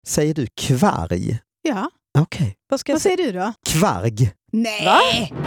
Säger du kvarg? Ja. Okej. Vad säger du då? Kvarg. Nej! Va?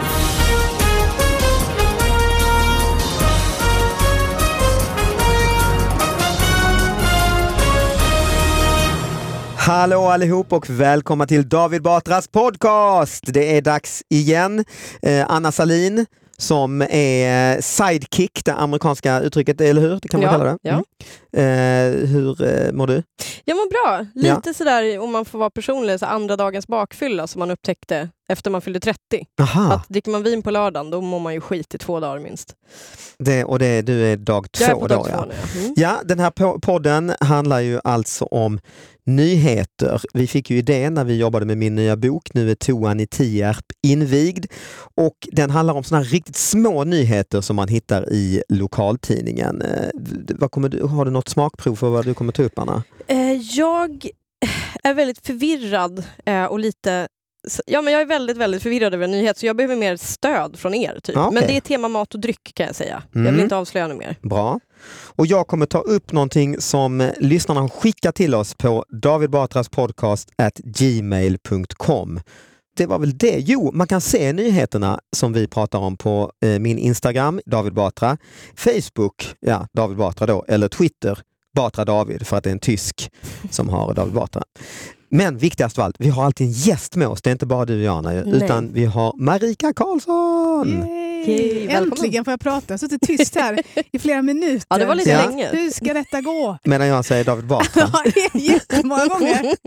Hallå allihop och välkomna till David Batras podcast. Det är dags igen. Anna Salin som är sidekick, det amerikanska uttrycket, eller hur? Det kan man kalla det. Ja. Hur mår du? Jag mår bra. Lite sådär, om man får vara personlig, så andra dagens bakfylla som man upptäckte efter man fyllde 30. Aha. Att dricker man vin på lördagen, då mår man ju skit i 2 dagar minst. Du är dag 2 Jag är på dag då, 2 ja. nu. Mm. Ja, den här podden handlar ju alltså om nyheter. Vi fick ju idén när vi jobbade med min nya bok. Nu är toan i Tierp invigd. Och den handlar om såna här riktigt små nyheter som man hittar i lokaltidningen. Har du något smakprov för vad du kommer ta upp, Anna? Jag är väldigt förvirrad och lite... Ja, men jag är väldigt, väldigt förvirrad över en nyhet, så jag behöver mer stöd från er. Typ. Okay. Men det är tema mat och dryck, kan jag säga. Jag vill inte avslöja något mer. Bra. Och jag kommer ta upp någonting som lyssnarna har skickat till oss på davidbatraspodcast@gmail.com. Det var väl det. Jo, man kan se nyheterna som vi pratar om på min Instagram, David Batra, Facebook, ja, David Batra då, eller Twitter, Batra David, för att det är en tysk som har David Batra. Men viktigast av allt, vi har alltid en gäst med oss. Det är inte bara du och jag, utan vi har Marika Karlsson. Yay, äntligen får jag prata. Jag har suttit tyst här i flera minuter. Ja, det var lite länge. Hur ska detta gå? Medan jag säger David Batra. Ja, jättemånga gånger.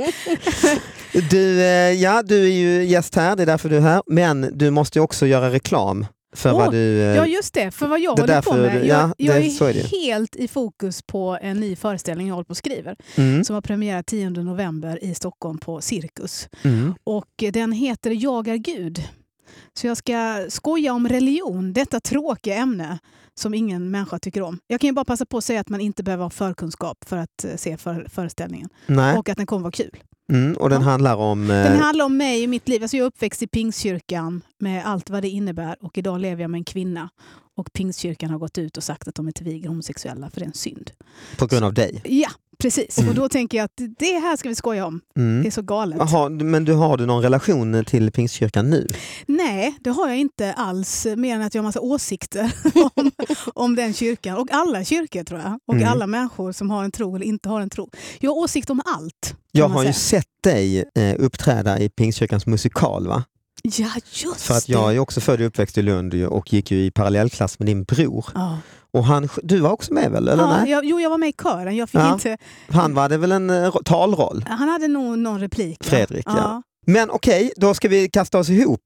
Du är ju gäst här, det är därför du är här. Men du måste ju också göra reklam för vad du... Ja, just det. För vad jag håller på med. Jag är helt i fokus på en ny föreställning jag håller på och skriver. Som har premiärat 10 november i Stockholm på Cirkus. Och den heter Jag är Gud. Så jag ska skoja om religion, detta tråkiga ämne som ingen människa tycker om. Jag kan ju bara passa på att säga att man inte behöver ha förkunskap för att se föreställningen. Nej. Och att den kommer vara kul. Och den handlar om... Den handlar om mig och mitt liv. Alltså jag är uppväxt i Pingstkyrkan med allt vad det innebär. Och idag lever jag med en kvinna. Och Pingstkyrkan har gått ut och sagt att de inte viger homosexuella, för det är en synd. På grund av dig? Ja, precis. Och då tänker jag att det här ska vi skoja om. Det är så galet. Aha, men har du någon relation till Pingstkyrkan nu? Nej, det har jag inte alls. Mer än att jag har massa åsikter om den kyrkan. Och alla kyrkor, tror jag. Och alla människor som har en tro eller inte har en tro. Jag har åsikt om allt. Jag har ju sett dig uppträda i Pingstkyrkans musikal, va? Ja, just för att jag är också född och uppväxt i Lund och gick ju i parallellklass med din bror. Ja. Och du var också med väl? Eller nej? Jag var med i kören. Jag fick inte... Han var det väl en talroll? Han hade nog någon replik. Fredrik, ja. Men okej, då ska vi kasta oss ihop.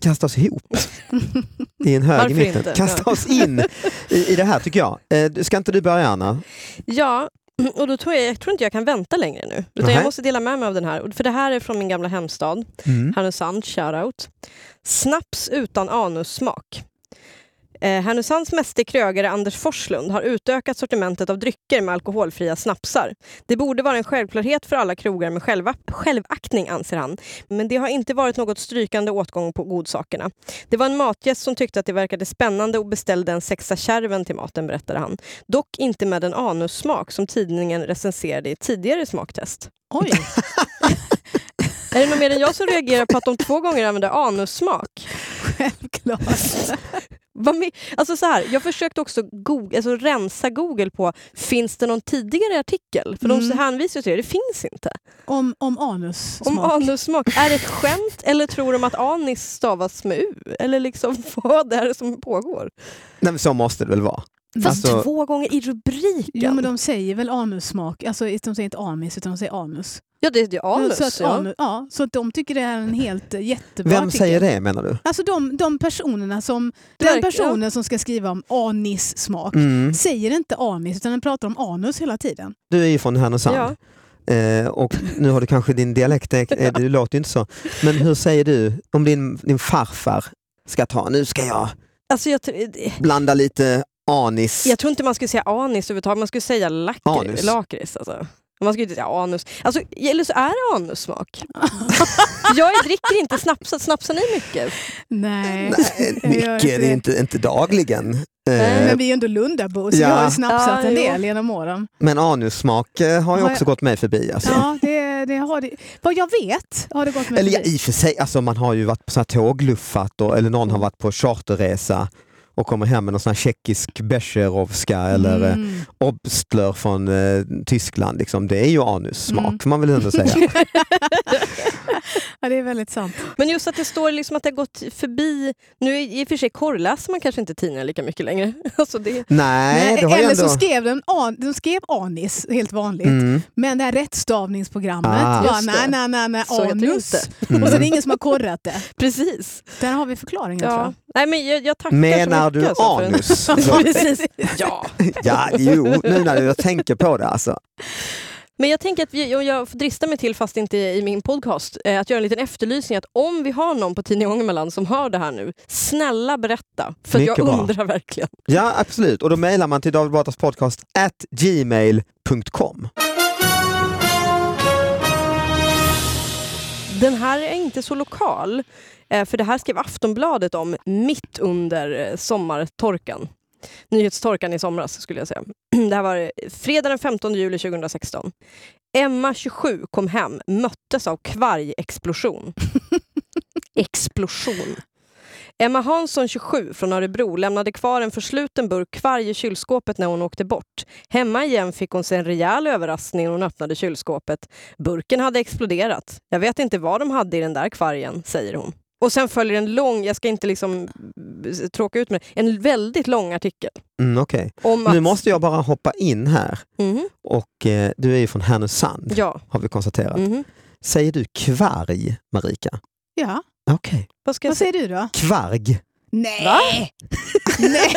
I en hög i mitten. Kasta oss in i det här, tycker jag. Ska inte du börja, Anna? Ja. Och då tror jag tror inte jag kan vänta längre nu. Utan jag måste dela med mig av den här. För det här är från min gamla hemstad. Härnösand, shoutout. Snaps utan anussmak. Härnösands mästerkrögare Anders Forslund har utökat sortimentet av drycker med alkoholfria snapsar. Det borde vara en självklarhet för alla krogar med självaktning, anser han. Men det har inte varit något strykande åtgång på godsakerna. Det var en matgäst som tyckte att det verkade spännande och beställde en 6 kärven till maten, berättade han. Dock inte med en anussmak som tidningen recenserade i tidigare smaktest. Oj! Är det någon mer än jag som reagerar på att de 2 gånger använder anussmak? Självklart. Alltså så här, jag försökte också rensa Google på, finns det någon tidigare artikel? För de hänvisar till det finns inte. Om anussmak. Om anussmak. Är det ett skämt eller tror de att anis stavas med U? Eller liksom, vad är det som pågår? Nej, men så måste det väl vara. Fast 2 gånger i rubriken. Jo, men de säger väl anussmak. Alltså de säger inte anis utan de säger anus. Ja, det är anus. Så att de tycker det är en helt jättebra Vem artikel. säger det, menar du? Alltså de personerna som... Den personen som ska skriva om anissmak säger inte anis utan den pratar om anus hela tiden. Du är ju från Härnösand. Ja. Och nu har du kanske din dialekt, det låter ju inte så. Men hur säger du om din farfar ska ta, nu ska jag blanda lite anis. Jag tror inte man skulle säga anis överhuvudtaget, man skulle säga lakrits alltså. Man skulle inte säga anus. Alltså, eller så är det anussmak. Jag dricker inte snapsar ni mycket? Nej mycket, det är inte dagligen. Men vi är ändå Lundabo, så vi har ju snapsat en del genom åren. Men anussmak har ju också gått mig förbi. Alltså. Ja, vad jag vet har det gått med. Eller i och för sig, alltså man har ju varit på så här tågluffat eller någon har varit på charterresa och kommer hem med någon sån här tjeckisk Becherovska eller Obstler från Tyskland. Liksom. Det är ju anussmak, får man väl ändå säga. Ja, det är väldigt sant. Men just att det står liksom att det har gått förbi. Nu i och för sig korrläser man kanske inte tidningar lika mycket längre. Alltså det... Nej, det har eller ändå... så skrev de skrev anis, helt vanligt. Men det här rättstavningsprogrammet, nej, anus. Och så är det ingen som har korrat det. Precis. Där har vi förklaringen, tror jag. Nej, men jag tackar menar så mycket. Du anus? Precis. Ja. Ja, jo, nu när jag tänker på det alltså. Men jag tänker att jag får drista mig till, fast inte i min podcast, att göra en liten efterlysning att om vi har någon på Tidning Ångermanland som hör det här nu, snälla berätta. För jag undrar verkligen. Ja, absolut. Och då mejlar man till davidbatraspodcast@gmail.com. Den här är inte så lokal, för det här skrev Aftonbladet om mitt under sommartorkan. Nyhetstorkan i somras skulle jag säga. Det här var fredag den 15 juli 2016. Emma 27 kom hem, möttes av kvargexplosion. Explosion. Emma Hansson 27 från Örebro lämnade kvar en försluten burk kvarg i kylskåpet när hon åkte bort. Hemma igen fick hon sig en rejäl överraskning när hon öppnade kylskåpet. Burken hade exploderat. Jag vet inte vad de hade i den där kvargen, säger hon. Och sen följer en lång, jag ska inte liksom tråka ut med det, en väldigt lång artikel. Okej. Nu måste jag bara hoppa in här. Och du är ju från Härnösand, har vi konstaterat. Säger du kvarg, Marika? Ja. Okej. Vad säger du då? Kvarg. Nej! Va? Nej!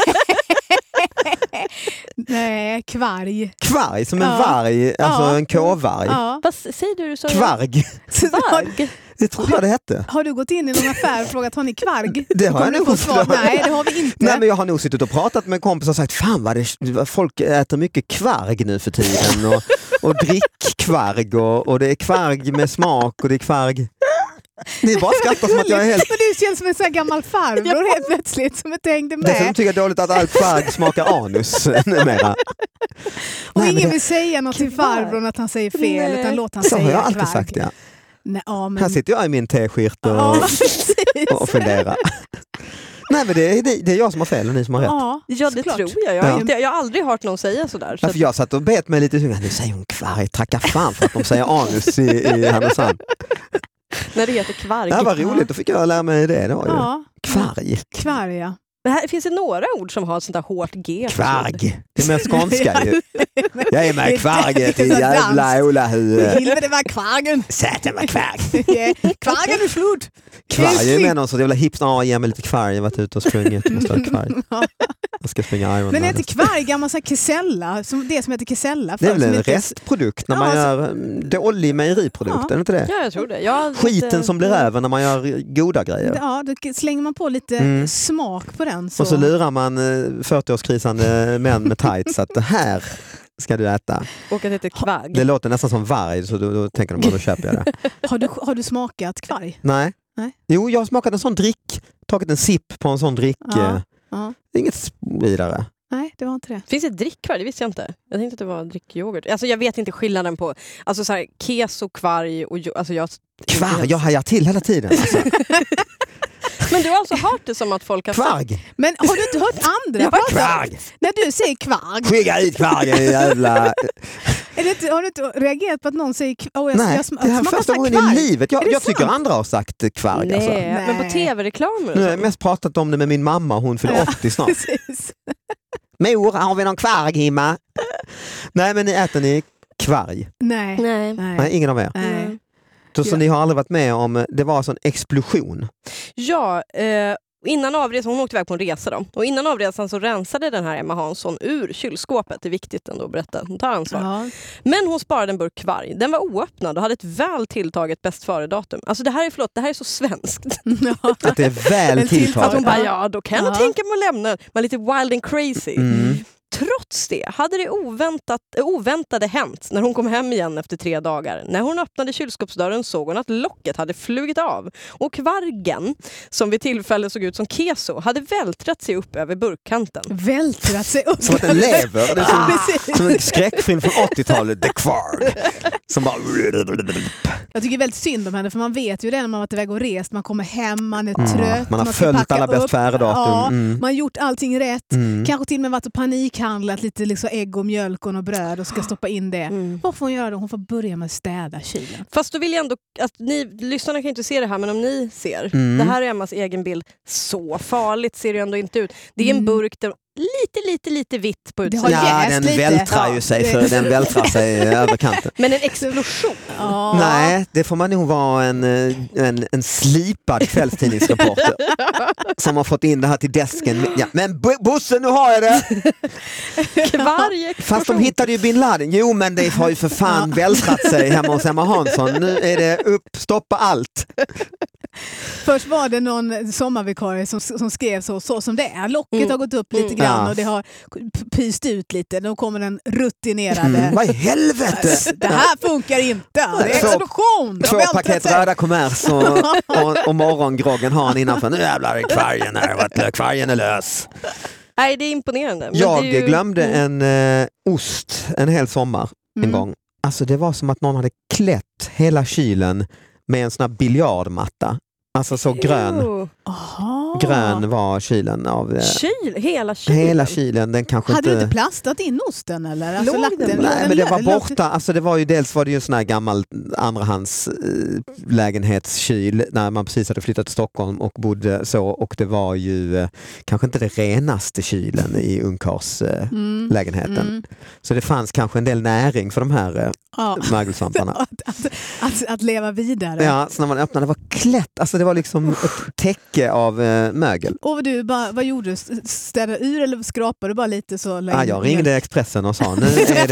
Nej, kvarg. Kvarg som en varg, alltså en kåvarg. Ja. Vad säger du? Så kvarg. Kvarg? Det trodde jag det hette. Har du gått in i någon affär och frågat, har ni kvarg? Det har jag nog. Nej, det har vi inte. Nej, men jag har nog suttit och pratat med kompisar och sagt, fan vad folk äter mycket kvarg nu för tiden. Och drick kvarg och det är kvarg med smak och det är kvarg. Ni bara skrattar som att jag är helt... Men du känns som en sån gammal farbror helt plötsligt som inte hängde med. Dessutom tycker jag dåligt att allt kvarg smakar anus numera. Och ingen vill säga något till farbrorn att han säger fel, utan låt han säga kvarg. Så har jag alltid sagt, ja. Nej, men... Här sitter jag i min teskirt och funderar. Nej, men det är jag som har fel och ni som har rätt. Ja, det tror jag. Jag har aldrig hört någon säga sådär. Så jag satt och bet mig lite, nu säger hon kvarg, tacka fan för att de säger anus i Härnösand. När det heter kvarg. Det här var roligt, då fick jag lära mig det. Det var ju kvarg. Kvarg, ja. Men här finns det några ord som har ett sånt där hårt G. Kvarg. Det är mer skånska ju. Jag är med kvarget i jävla Olahue. Helvete var kvargen. Sätt med kvarg. Kvargen är slut. Kvarg är med någon så jävla hips. Ge mig lite kvarg. Jag har varit ute och sprungit. Måste ha kvarg. Jag ska springa Iron. Men är inte kvarg gammal så här kesella? Det som heter kesella. Det är väl en restprodukt när man gör dålig mejeriprodukt. Är det inte det? Ja, jag tror det. Skiten som blir över när man gör goda grejer. Ja, då slänger man på lite smak på den. Så. Och så lurar man 40-årskrisande män med tights att det här ska du äta. Och att det heter kvarg. Det låter nästan som varg, så då tänker de, då köper jag det. Har du smakat kvarg? Nej. Jo, jag har smakat en sån drick. Tagit en sipp på en sån drick. Inget vidare. Nej, det var inte det. Finns det drickkvarg? Det visste jag inte. Jag tänkte att det var drickyoghurt. Alltså jag vet inte skillnaden på alltså så här keso, kvarg och alltså kvarg, jag hajar till hela tiden. Alltså. Men du har alltså hört det som att folk har kvarg. Men har du inte hört andra prata? Kvarg. När du säger kvarg. Skicka ut kvargen, jävla... Har du inte reagerat på att någon säger kvarg? Nej, det här är första gången i livet. Jag tycker andra har sagt kvarg. Nej, alltså. men på tv-reklamer. Nu har jag mest pratat om det med min mamma. Hon fyller 80 snart. Precis. Mor, har vi någon kvarg hemma? Nej, men äter ni kvarg? Nej. Ingen av er? Nej. Så ni har aldrig varit med om, det var alltså en explosion? Ja, innan avresan, hon åkte iväg på en resa då. Och innan avresan så rensade den här Emma Hansson ur kylskåpet. Det är viktigt ändå att berätta, hon tar ansvar. Ja. Men hon sparade en burk kvarg. Den var oöppnad och hade ett väl tilltaget bäst före-datum. Alltså det här är så svenskt. Att det är väl tilltaget. Att hon bara, då kan jag tänka mig att lämna. Man är lite wild and crazy. Trots det hade det oväntade hänt när hon kom hem igen efter 3 dagar. När hon öppnade kylskåpsdörren såg hon att locket hade flugit av och kvargen, som vid tillfälle såg ut som keso, hade vältrat sig upp över burkkanten. Vältrat sig upp? Som att den lever. Det är som en skräckfilm från 80-talet, The Kvarg. Som bara... Jag tycker väldigt synd om henne, för man vet ju det när man varit iväg och rest. Man kommer hem, man är trött. Man har följt alla bäst före-datum. Ja, man har gjort allting rätt. Kanske till och med varit och panikhandlat lite liksom ägg och mjölk och bröd och ska stoppa in det. Vad får hon göra då? Hon får börja med att städa kylen. Fast då vill jag ändå att lyssnarna kan inte se det här, men om ni ser. Det här är Emmas egen bild. Så farligt ser det ändå inte ut. Det är en burk där lite vitt på utsidan. Ja, den vältrar ju sig, för den vältrar sig över kanten. Men en explosion? Nej, det får man nog vara en slipad kvällstidningsreporter som har fått in det här till desken. Ja, men Bosse, nu har jag det! Fast de hittade ju Bin Laden. Jo, men det har ju för fan vältrat sig hemma hos Emma Hansson. Nu är det stoppa allt. Först var det någon sommarvikarie som skrev så som det är. Locket har gått upp lite grann och det har pyst ut lite. Då kommer den rutinerade. Vad i helvete? Det här funkar inte. Det är explosion. 2 paket röda kommers och morgongroggen har han innanför. Nu jävlar är kvargen här. Kvargen är lös. Nej, det är imponerande. Men jag det är ju... glömde en ost en hel sommar en gång. Alltså det var som att någon hade klätt hela kylen med en sån här biljardmatta. Alltså så grön. Grön var kylen av... Hela kylen? Hela kylen, den kanske hade inte... du inte plastat in osten eller? Alltså, nej, men det var borta. Alltså det var ju dels var det ju en sån här gammal andrahands lägenhetskyl när man precis hade flyttat till Stockholm och bodde så, och det var ju kanske inte det renaste kylen i ungkarslägenheten. Så det fanns kanske en del näring för de här mögelsvamparna. Att leva vidare. Ja, så när man öppnade det var klätt. Alltså det var liksom ett täcke av mögel. Och du, vad gjorde du? Städade ur eller skrapade du bara lite så länge? Jag ringde Expressen och sa nu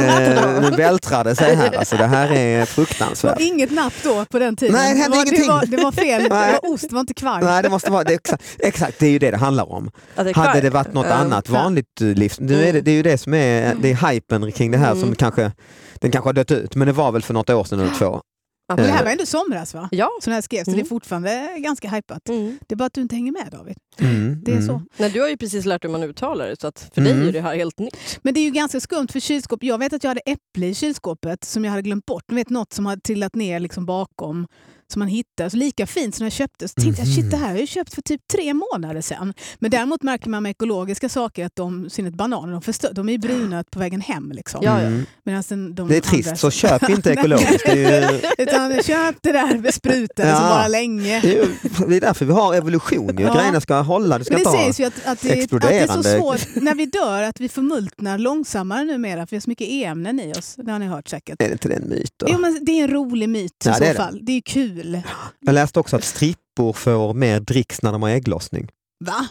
vältrade sig här. Alltså det här är fruktansvärt. Det var inget napp då på den tiden? Nej, det hände ingenting. Det var fel. Det var ost, det var inte kvarg. Nej, det måste vara exakt, det är ju det handlar om. Hade det varit något annat vanligt liv. Det är ju det som är det är hypen kring det här som den kanske har dött ut, men det var väl för något år sedan eller 2. Det här var ändå somras, va? Ja. Så när jag skrev, så det är fortfarande ganska hypat. Det är bara att du inte hänger med, David. Det är så. Nej, du har ju precis lärt dig hur man uttalar det, så att för dig är det här helt nytt. Men det är ju ganska skumt för kylskåp. Jag vet att jag hade äpple i kylskåpet som jag hade glömt bort. Du vet, något som hade trillat ner liksom bakom, som man hittade. Så lika fint som jag köpte. Så tänkte jag, shit, det här har jag köpt för typ 3 månader sedan. Men däremot märker man med ekologiska saker att synnerhet bananer, de är ju bruna på vägen hem. Liksom. Ja. Det är trist, så köp inte ekologiskt. Utan köp det där besprutade som bara länge. Det är därför vi har evolution. Grejerna ska hålla, det ska inte sägs ju att det är så svårt när vi dör att vi förmultnar långsammare numera, för vi har så mycket e-ämnen i oss. Det har ni hört säkert. Är det inte en myt då? Jo, men det är en rolig myt i så fall. Det är kul. Jag läste också att strippor får mer dricks när de har ägglossning. Va?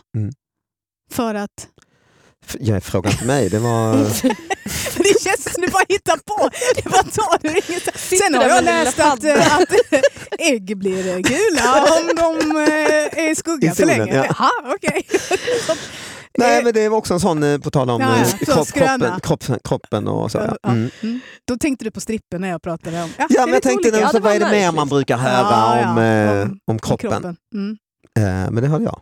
För att... Jag frågar inte mig, det var... Det känns som du bara hittar på. Det bara tar du inget. Sen har jag läst att ägg blir gula om de är i skuggan för länge. Ja. Jaha, okej. Nej, men det var också en sån, på tal om kroppen och så. Då tänkte du på strippen när jag pratade om... Ja, men jag tänkte nu, vad är det mer man brukar höra om kroppen? Men det hörde jag.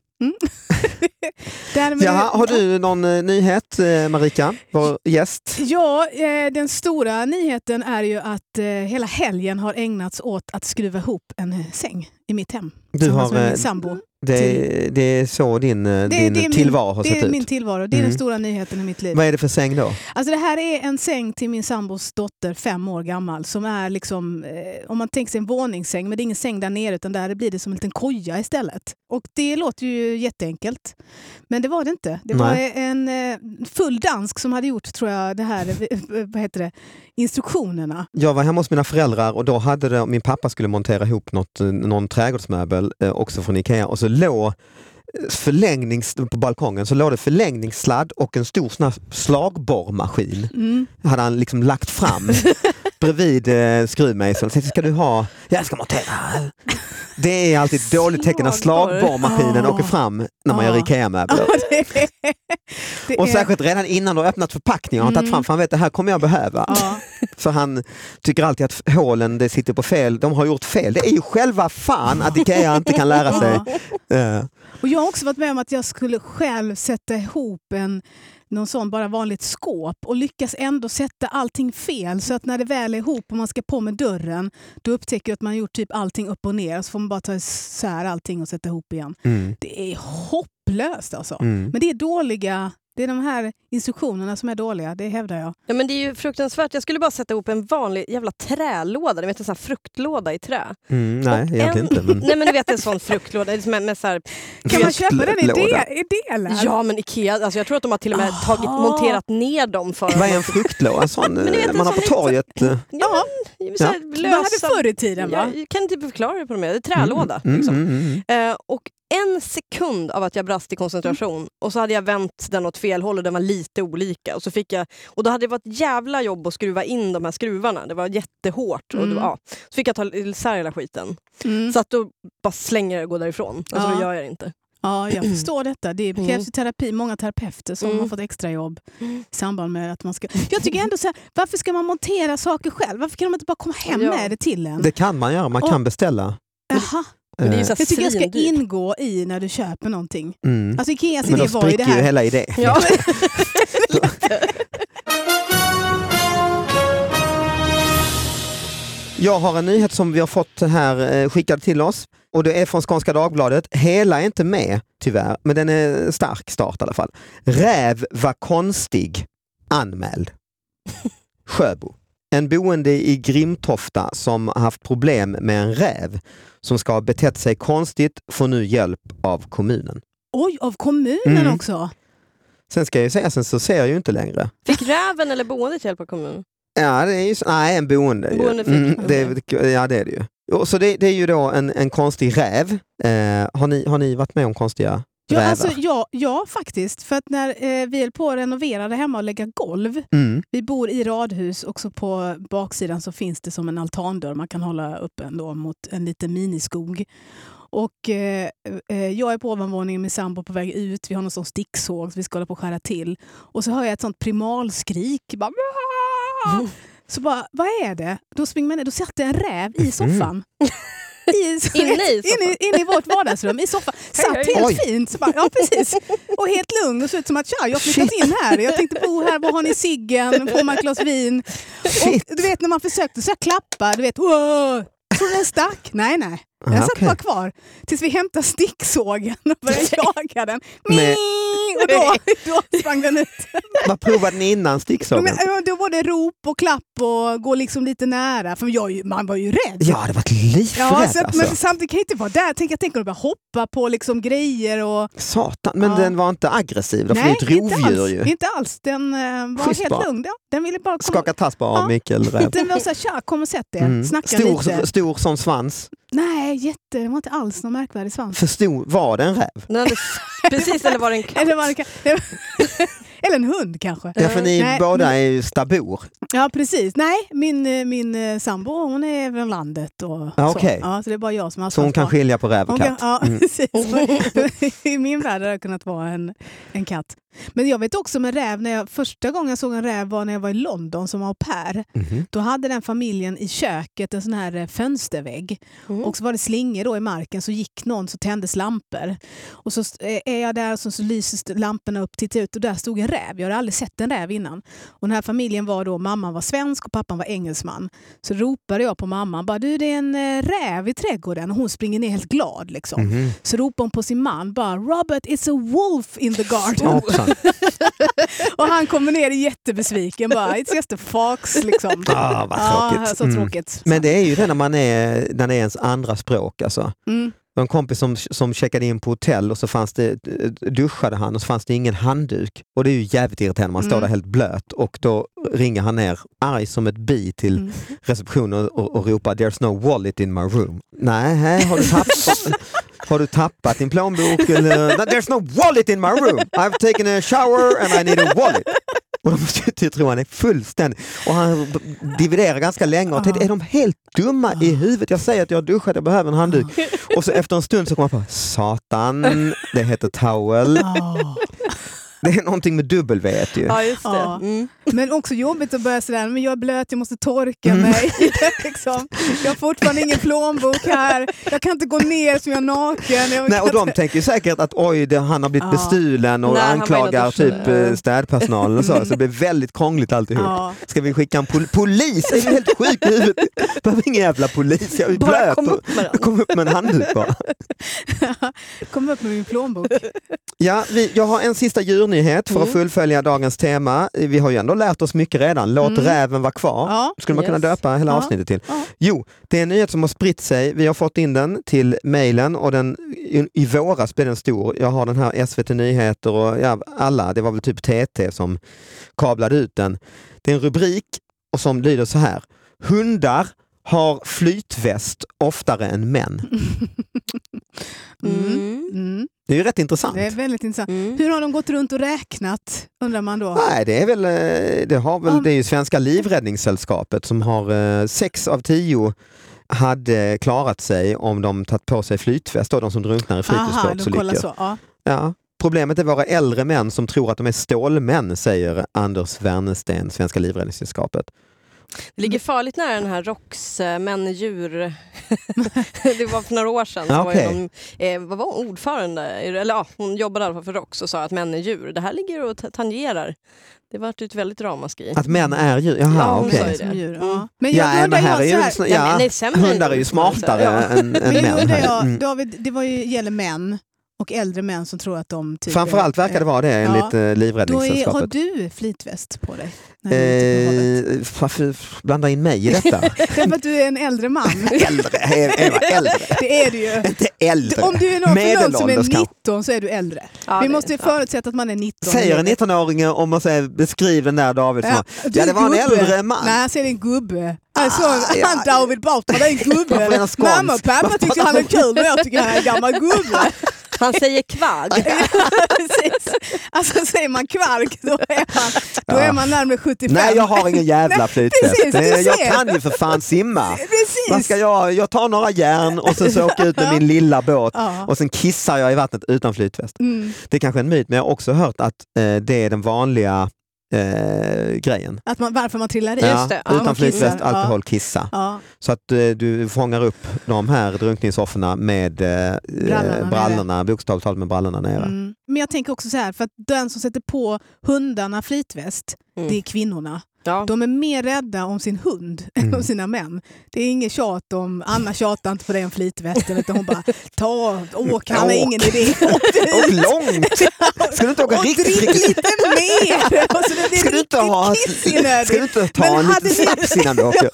Har du någon nyhet, Marika, vår gäst? Ja, den stora nyheten är ju att hela helgen har ägnats åt att skruva ihop en säng i mitt hem. Du har med min sambo. Det är så din tillvaro har sett ut. Det är min tillvaro, det är den stora nyheten i mitt liv. Vad är det för säng då? Alltså det här är en säng till min sambos dotter, 5 år gammal, som är liksom, om man tänker sig en våningssäng, men det är ingen säng där nere, utan där blir det som en liten koja istället. Och det låter ju jätteenkelt, men det var det inte. Det var en full dansk som hade gjort, tror jag, det här, vad heter det, instruktionerna. Jag var hemma hos mina föräldrar och då hade min pappa skulle montera ihop någon trädgårdsmöbel också från Ikea, och så låg på balkongen så låg det förlängningssladd och en stor sån här slagborrmaskin hade han liksom lagt fram bredvid skruvmejseln. Så ska du ha, jag ska montera. Det är alltid dåligt tecken när slagborrmaskinen åker fram när man gör IKEA-möbler. Och särskilt redan innan du har öppnat förpackningen har han tagit fram, för han vet det här kommer jag behöva. För han tycker alltid att hålen det sitter på fel, de har gjort fel. Det är ju själva fan att IKEA inte kan lära sig. Och jag har också varit med om att jag skulle själv sätta ihop någon sån bara vanligt skåp och lyckas ändå sätta allting fel, så att när det väl är ihop och man ska på med dörren, då upptäcker jag att man gjort typ allting upp och ner, och så får man bara ta isär allting och sätta ihop igen. Det är hopplöst alltså. Men det är dåliga. Det är de här instruktionerna som är dåliga, det hävdar jag. Ja, men det är ju fruktansvärt. Jag skulle bara sätta ihop en vanlig jävla trälåda. Du vet, en sån här fruktlåda i trä. Nej, egentligen inte. Men... Nej, men du vet en sån fruktlåda. Med så här... Kan man köpa den i delar? Ja, men Ikea, alltså jag tror att de har till och med monterat ner dem för... Vad är en fruktlåda? En sån man har på torget? Ja. Vad hade förr i tiden, va? Jag kan inte förklara det på det. Det är trälåda. Liksom. Och en sekund av att jag brast i koncentration och så hade jag vänt den åt fel håll och den var lite olika, och då hade det varit jävla jobb att skruva in de här skruvarna. Det var jättehårt och så fick jag ta isär hela skiten. Så att då bara slänger jag och går därifrån. Alltså då gör jag det inte. Ja, jag förstår detta. Det krävs ju terapi. Många terapeuter som har fått extra jobb i samband med att man ska... Jag tycker ändå så här, varför ska man montera saker själv? Varför kan de inte bara komma hem med det till en? Det kan man göra, man kan beställa. Jaha. Men det är jag tycker jag ska ingå i när du köper någonting. Alltså Ikeas idé var ju det här. Ju hela idén. Ja. Jag har en nyhet som vi har fått här skickad till oss. Och det är från Skånska Dagbladet. Hela är inte med tyvärr, men den är stark start i alla fall. Räv var konstig. Anmäld. Sjöbo. En boende i Grimtofta som har haft problem med en räv som ska ha betett sig konstigt får nu hjälp av kommunen. Oj, av kommunen också? Sen ska jag ju säga, sen så ser jag ju inte längre. Fick räven eller boendet hjälp av kommunen? Ja, det är ju en boende. Ja, det är det ju. Och så det är ju då en konstig räv. Har ni varit med om konstiga rävar? Alltså, ja, faktiskt. För att när vi höll på att renovera det hemma och lägga golv. Vi bor i radhus, också på baksidan så finns det som en altandörr man kan hålla upp ändå mot en liten miniskog. Och jag är på ovanvåningen med sambo på väg ut. Vi har någon sån sticksåg så vi ska hålla på att skära till. Och så hör jag ett sånt primalskrik. Bara, så bara, vad är det? Då springer man ner. Då satt det en räv i soffan. Inne i vårt vardagsrum i soffan. Satt helt fint. Så bara, ja, precis. Och helt lugn. Och så ut som att jag flyttat in här. Jag tänkte bo här. Var har ni ciggen? Får man ett glas vin? Och du vet när man försökte så jag klappa. Du vet, så den stack. Nej. Jag satt bara kvar tills vi hämtade sticksågen och började jaga den. Och då sprang den ut. Vad provade ni innan sticksågen? Då var det rop och klapp och gå liksom lite nära. För man var ju rädd. Ja, det var livrädd alltså. Men samtidigt kan jag inte vara där. Jag tänker att bara hoppa på liksom grejer. Och... Satan, men den var inte aggressiv. Det var ett rovdjur ju. Inte alls. Den var helt lugn. Ja. Den ville bara skaka tass på av Mikael rädd. Den var såhär, kom och sätt det. Snacka lite. Stor som svans. Nej, det var inte alls någon märkvärdig svans. Var det en räv? Precis, eller var det en katt? Eller en hund kanske. Ja, för ni båda är ju stabor. Ja, precis. Nej, min sambo, hon är från landet. Och okay. Så det är bara jag som har. Så hon kan skilja på räv och katt? Ja, precis. I min värld hade det kunnat vara en katt. Men jag vet också med räv, första gången jag såg en räv var när jag var i London som au pair. Då hade den familjen i köket en sån här fönstervägg. Och så var det slingor då i marken, så gick någon så tändes lampor. Och så är jag där och så lyser lamporna upp, tittar ut och där stod en räv. Jag hade aldrig sett en räv innan. Och den här familjen var då, mamman var svensk och pappan var engelsman. Så ropade jag på mamman, bara, du, det är en räv i trädgården. Och hon springer ner helt glad liksom. Så ropade hon på sin man, bara, Robert, it's a wolf in the garden. Och han kommer ner jättebesviken, bara, it's just a fox liksom. Vad tråkigt. Så tråkigt. Men det är ju det när det är ens andra språk alltså. En kompis som checkade in på hotell och så duschade han och så fanns det ingen handduk. Och det är ju jävligt irriterande, man står där helt blöt och då ringer han ner arg som ett bi till receptionen och ropar there's no wallet in my room. Nej, har du tappat din plånbok? Eller, there's no wallet in my room. I've taken a shower and I need a wallet. Och de måste ju tro han är fullständig. Och han dividerar ganska länge och tänkte, är de helt dumma i huvudet? Jag säger att jag har duschat, jag behöver en handduk. Och så efter en stund så kommer han på, satan, det heter towel. Det är någonting med W ju. Ja, just det. Mm. Men också jobbigt att börja sådär, men jag är blöt, jag måste torka mig. Liksom. Jag har fortfarande ingen plånbok här. Jag kan inte gå ner som jag är naken. Nej, och de tänker säkert att han har blivit bestulen och anklagar typ städpersonalen och så det blir väldigt krångligt alltihop. Ska vi skicka en polis? Det är helt sjukt i huvudet. Behöver ingen jävla polis. Jag är blöt och kom upp med en handduk bara. Kom upp med min plånbok. Ja, jag har en sista djurnyhet för att fullfölja dagens tema. Vi har ju ändå lärt oss mycket redan. Låt räven vara kvar. Skulle man kunna döpa hela avsnittet till. Jo, det är en nyhet som har spritt sig. Vi har fått in den till mejlen och den i våras blev den stor. Jag har den här SVT Nyheter och alla. Det var väl typ TT som kablade ut den. Det är en rubrik och som lyder så här. Hundar har flytväst oftare än män. Det är ju rätt intressant. Det är väldigt intressant. Hur har de gått runt och räknat, undrar man då? Nej, det är ju Svenska Livräddningssällskapet som har 6 av 10 hade klarat sig om de tagit på sig flytväst, de som drunknar i fritidsbåtsolyckor. Ja. Problemet är våra äldre män som tror att de är stålmän, säger Anders Wernesten, Svenska Livräddningssällskapet. Det ligger farligt nära den här ROX män djur. Det var för några år sedan. Så var hon ordförande? Eller hon jobbade i alla fall för ROX och sa att män är djur. Det här ligger och tangerar. Det var ett väldigt ramaskri. Att män är djur? Jaha, okej. Men hundar är ju smartare än män. David, det gäller män. Och äldre män som tror att de... Framförallt verkar det vara det enligt Livräddningssällskapet. Har du flytväst på dig? Varför blanda in mig i detta? Därför att du är en äldre man. äldre. Det är du ju. Inte äldre. Om du är någon som är 19 så är du äldre. Ja, vi måste förutsätta att man är 19. Säger en 19-åring om man beskriver den där David som det var en äldre man. Nej, jag säger en gubbe. Alltså, han David Batra, det är en gubbe. Mamma och pappa tycker han är kul och jag tycker han är en gammal gubbe. Han säger kvarg. Alltså säger man kvarg då är man närmare 75. Nej, jag har ingen jävla flytväst. Jag kan ju för fan simma. Jag tar några järn och sen så åker jag ut med min lilla båt och sen kissar jag i vattnet utan flytväst. Det är kanske en myt, men jag har också hört att det är den vanliga grejen. Att varför man trillar i. Just det. Utan flytväst, alkohol, kissa. Så att du fångar upp de här drunkningsofferna med brallorna, bokstavligt talat med brallorna nere. Men jag tänker också så här, för att den som sätter på hundarna flytväst, det är kvinnorna. Ja. De är mer rädda om sin hund än om sina män. Det är ingen tjat om, Anna tjatar inte på den flytvästen utan hon bara, åk, han har ingen idé. Och långt! Ska du inte åka riktigt lite mer! Ska du inte ta en liten snaps innan du åker?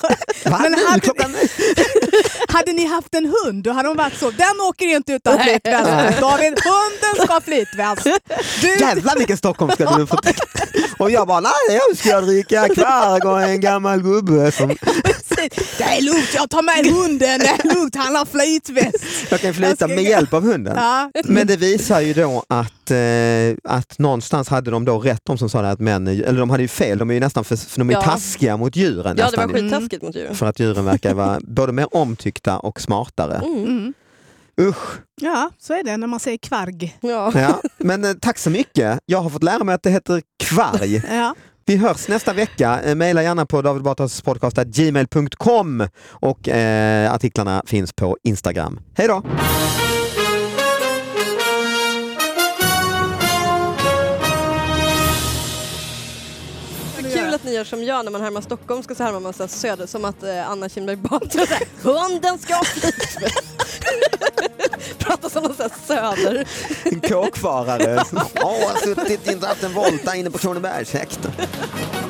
Hade ni haft en hund, då hade de varit så, den åker inte utan flytväst. David, hunden ska ha flytväst. Jävlar vilken Stockholm ska du få. Och jag bara, nej, jag ska dricka kvarg och en gammal gubbe som... Det är lugnt, jag tar med hunden. Det är lugnt, han har flytväst. Jag kan flyta med hjälp av hunden. Ja. Men det visar ju då att någonstans hade de då rätt, de som sa det, att män, eller de hade ju fel, de är ju nästan för de är taskiga mot djuren. Ja, det var skittaskigt mot djuren. För att djuren verkar vara både mer omtyckta och smartare. Usch. Ja, så är det när man säger kvarg. Ja, men tack så mycket. Jag har fått lära mig att det heter kvarg. Ja. Vi hörs nästa vecka. Maila gärna på davidbatras.gmail.com och artiklarna finns på Instagram. Hej då! Kul att ni gör som jag när man härmar Stockholm, ska så härma man så söder som att Anna Kinberg Batra hunden ska prata som någon söder. En kåkfarare. Jag har suttit i en volta inne på Kronobergshäkten.